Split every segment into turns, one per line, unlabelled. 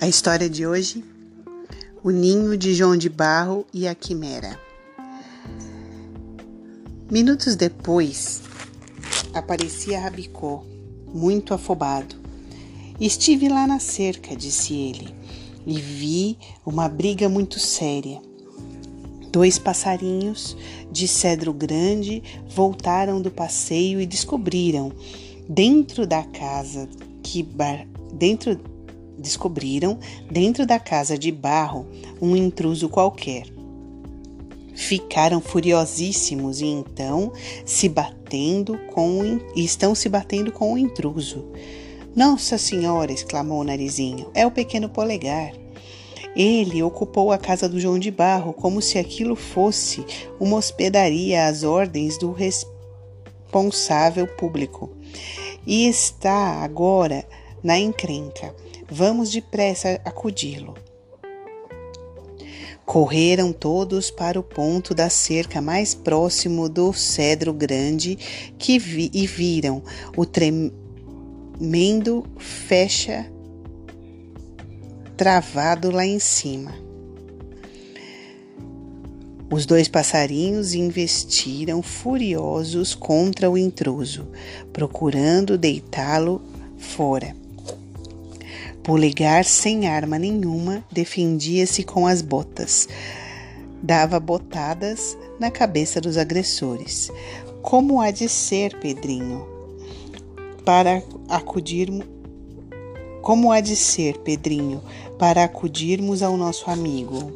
A história de hoje, o ninho de João de Barro e a quimera. Minutos depois, aparecia Rabicó, muito afobado. Estive lá na cerca, disse ele, e vi uma briga muito séria. 2 passarinhos de cedro grande voltaram do passeio e descobriram, dentro da casa de barro, um intruso qualquer. Ficaram furiosíssimos e então estão se batendo com o intruso. Nossa Senhora, exclamou o Narizinho, é o pequeno Polegar. Ele ocupou a casa do João de Barro como se aquilo fosse uma hospedaria às ordens do responsável público. E está agora na encrenca. Vamos depressa acudi-lo. Correram todos para o ponto da cerca mais próximo do cedro grande e viram o tremendo fecha travado lá em cima. Os 2 passarinhos investiram furiosos contra o intruso, procurando deitá-lo fora. Polegar, sem arma nenhuma, defendia-se com as botas. Dava botadas na cabeça dos agressores. Como há de ser, Pedrinho, para acudirmos ao nosso amigo?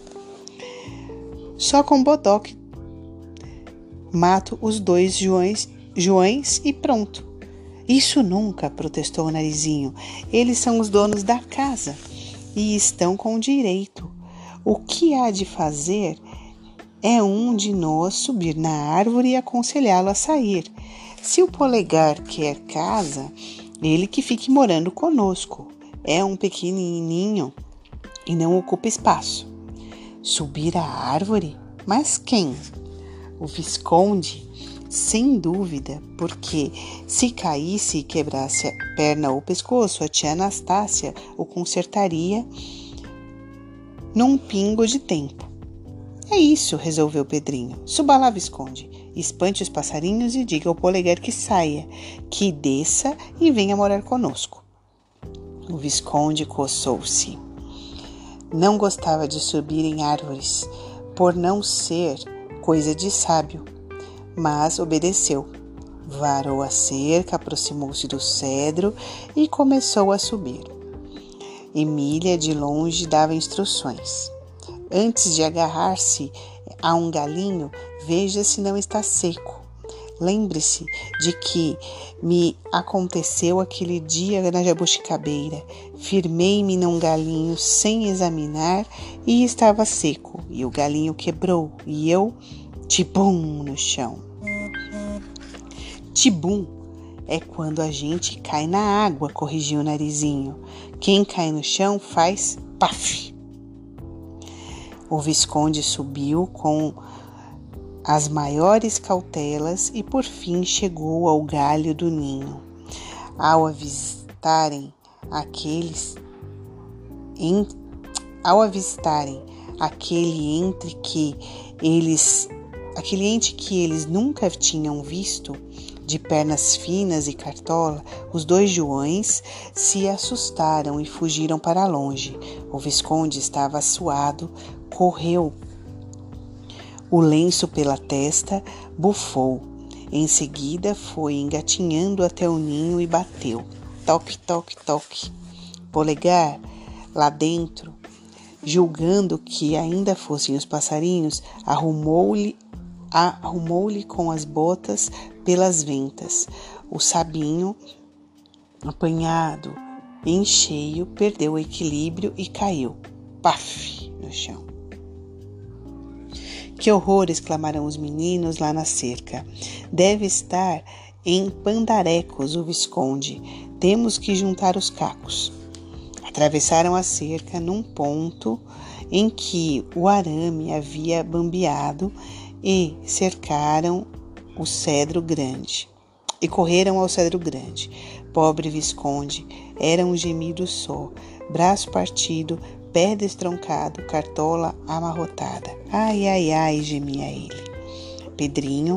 Só com bodoque mato os 2 Joões e pronto. Isso nunca, protestou o Narizinho. Eles são os donos da casa e estão com direito. O que há de fazer é um de nós subir na árvore e aconselhá-lo a sair. Se o Polegar quer casa, ele que fique morando conosco. É um pequenininho e não ocupa espaço. Subir a árvore? Mas quem? O Visconde? Sem dúvida, porque se caísse e quebrasse a perna ou o pescoço, a tia Anastácia o consertaria num pingo de tempo. É isso, resolveu Pedrinho. Suba lá, Visconde, espante os passarinhos e diga ao Polegar que saia, que desça e venha morar conosco. O Visconde coçou-se. Não gostava de subir em árvores, por não ser coisa de sábio, mas obedeceu. Varou a cerca, aproximou-se do cedro e começou a subir. Emília, de longe, dava instruções. Antes de agarrar-se a um galinho, veja se não está seco. Lembre-se de que me aconteceu aquele dia na jabuticabeira. Firmei-me num galinho sem examinar e estava seco. E o galinho quebrou e eu, tibum, no chão. Tibum é quando a gente cai na água, corrigiu o Narizinho. Quem cai no chão faz paf. O Visconde subiu com as maiores cautelas e por fim chegou ao galho do ninho. Ao avistarem aquele ente que eles nunca tinham visto, de pernas finas e cartola, os 2 Joões se assustaram e fugiram para longe. O Visconde estava suado, correu o lenço pela testa, bufou. Em seguida foi engatinhando até o ninho e bateu. Toque, toque, toque. Polegar, lá dentro, julgando que ainda fossem os passarinhos, arrumou-lhe com as botas pelas ventas. O sabinho, apanhado em cheio, perdeu o equilíbrio e caiu, paf, no chão. Que horror! Exclamaram os meninos lá na cerca. Deve estar em Pandarecos o Visconde. Temos que juntar os cacos. Atravessaram a cerca num ponto em que o arame havia bambeado e cercaram o cedro grande. E correram ao cedro grande. Pobre Visconde, era um gemido só. braço partido, pé destroncado, cartola amarrotada. Ai, ai, ai, gemia ele. Pedrinho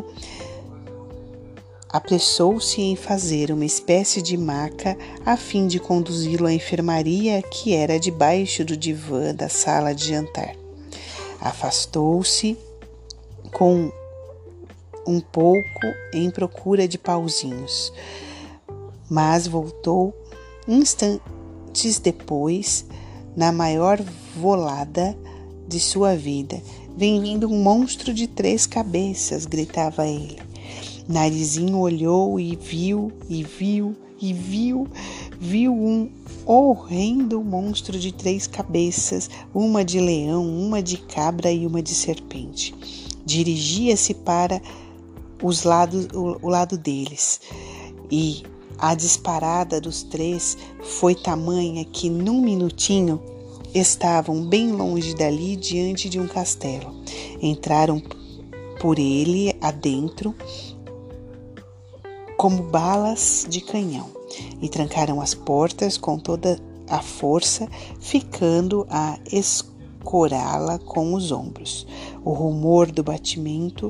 apressou-se em fazer uma espécie de maca a fim de conduzi-lo à enfermaria que era debaixo do divã da sala de jantar. Afastou-se com um pouco em procura de pauzinhos, mas voltou instantes depois, na maior volada de sua vida. Vem vindo um monstro de 3 cabeças, gritava ele. Narizinho olhou e viu um horrendo monstro de 3 cabeças, uma de leão, uma de cabra e uma de serpente. Dirigia-se para o lado deles, e a disparada dos 3 foi tamanha que, num minutinho, estavam bem longe dali, diante de um castelo. Entraram por ele adentro como balas de canhão e trancaram as portas com toda a força, ficando a escorá-la com os ombros. O rumor do batimento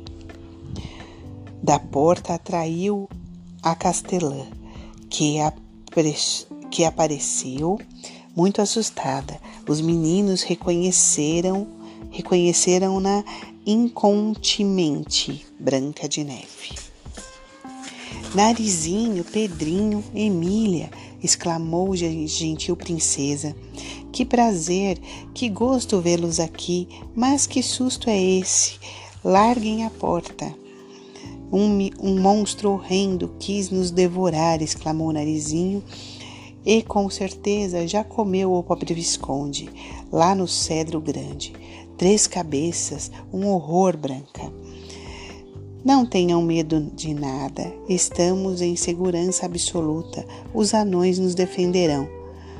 da porta atraiu a castelã, que apareceu muito assustada. Os meninos reconheceram-na incontinenti Branca de Neve. Narizinho, Pedrinho, Emília, exclamou a gentil princesa. Que prazer, que gosto vê-los aqui, mas que susto é esse? Larguem a porta. Um monstro horrendo quis nos devorar, exclamou Narizinho, e com certeza já comeu o pobre Visconde, lá no cedro grande. 3 cabeças, um horror, Branca. Não tenham medo de nada, estamos em segurança absoluta, os anões nos defenderão.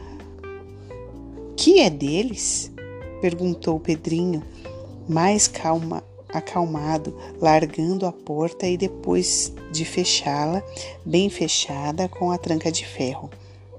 Que é deles? Perguntou Pedrinho, mais acalmado, largando a porta e depois de fechá-la, bem fechada com a tranca de ferro.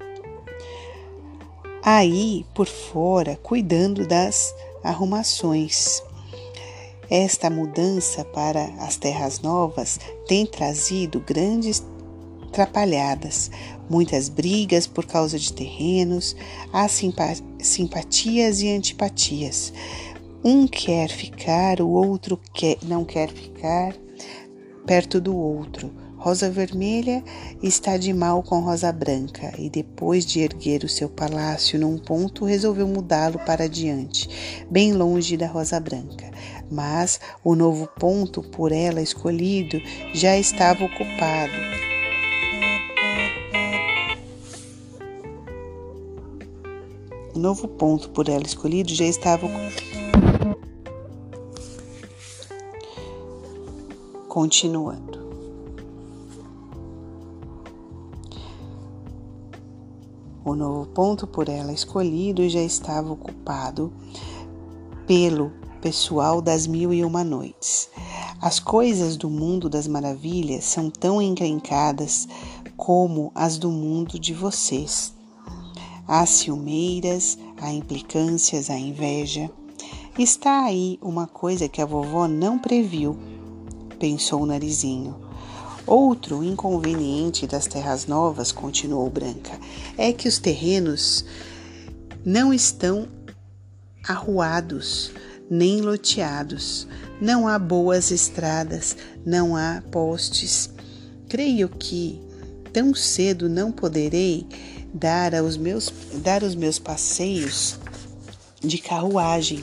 Aí, por fora, cuidando das arrumações. Esta mudança para as terras novas tem trazido grandes atrapalhadas, muitas brigas por causa de terrenos, há simpatias e antipatias. Um quer ficar, o outro não quer ficar perto do outro. Rosa Vermelha está de mal com Rosa Branca e depois de erguer o seu palácio num ponto resolveu mudá-lo para diante, bem longe da Rosa Branca. Mas o novo ponto por ela escolhido já estava ocupado. O novo ponto por ela escolhido já estava continuando. O novo ponto por ela escolhido já estava ocupado pelo pessoal das 1001 Noites. As coisas do mundo das maravilhas são tão encrencadas como as do mundo de vocês. Há ciumeiras, há implicâncias, há inveja. Está aí uma coisa que a vovó não previu, pensou o Narizinho. Outro inconveniente das terras novas, continuou Branca, é que os terrenos não estão arruados nem loteados. Não há boas estradas, não há postes. Creio que tão cedo não poderei dar os meus passeios de carruagem.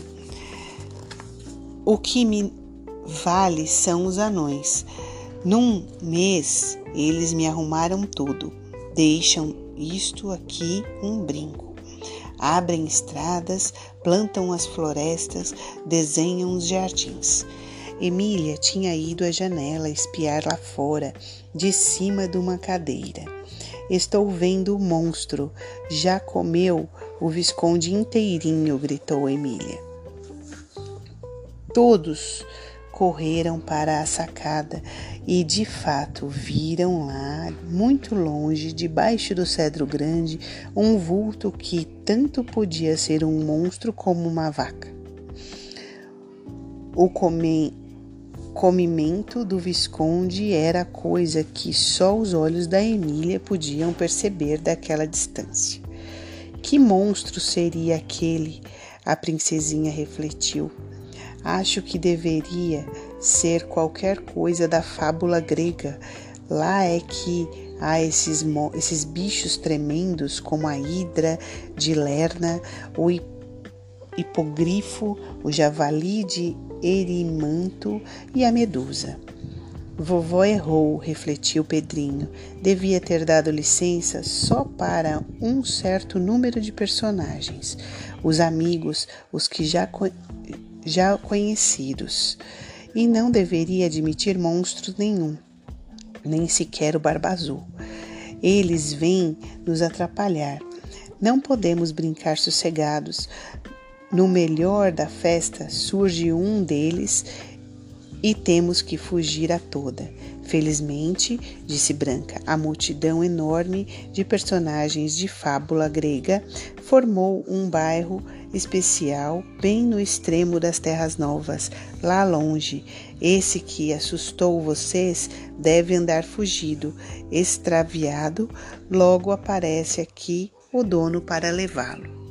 O que me vale são os anões. Num mês, eles me arrumaram tudo. Deixam isto aqui um brinco. Abrem estradas, plantam as florestas, desenham os jardins. Emília tinha ido à janela espiar lá fora, de cima de uma cadeira. Estou vendo o monstro. Já comeu o Visconde inteirinho, gritou Emília. Todos correram para a sacada E de fato viram lá, muito longe, debaixo do cedro grande, um vulto que tanto podia ser um monstro como uma vaca. O comimento do Visconde era coisa que só os olhos da Emília podiam perceber daquela distância. Que monstro seria aquele? A princesinha refletiu. Acho que deveria ser qualquer coisa da fábula grega. Lá é que há esses bichos tremendos como a hidra de Lerna, o hipogrifo, o javali de Erimanto e a medusa. Vovó errou, refletiu Pedrinho. Devia ter dado licença só para um certo número de personagens. Os amigos, os que já conhecidos. E não deveria admitir monstro nenhum, nem sequer o Barba Azul. Eles vêm nos atrapalhar. Não podemos brincar sossegados. No melhor da festa surge um deles e temos que fugir a toda. Felizmente, disse Branca, a multidão enorme de personagens de fábula grega formou um bairro especial bem no extremo das Terras Novas, lá longe. Esse que assustou vocês deve andar fugido, extraviado. Logo aparece aqui o dono para levá-lo.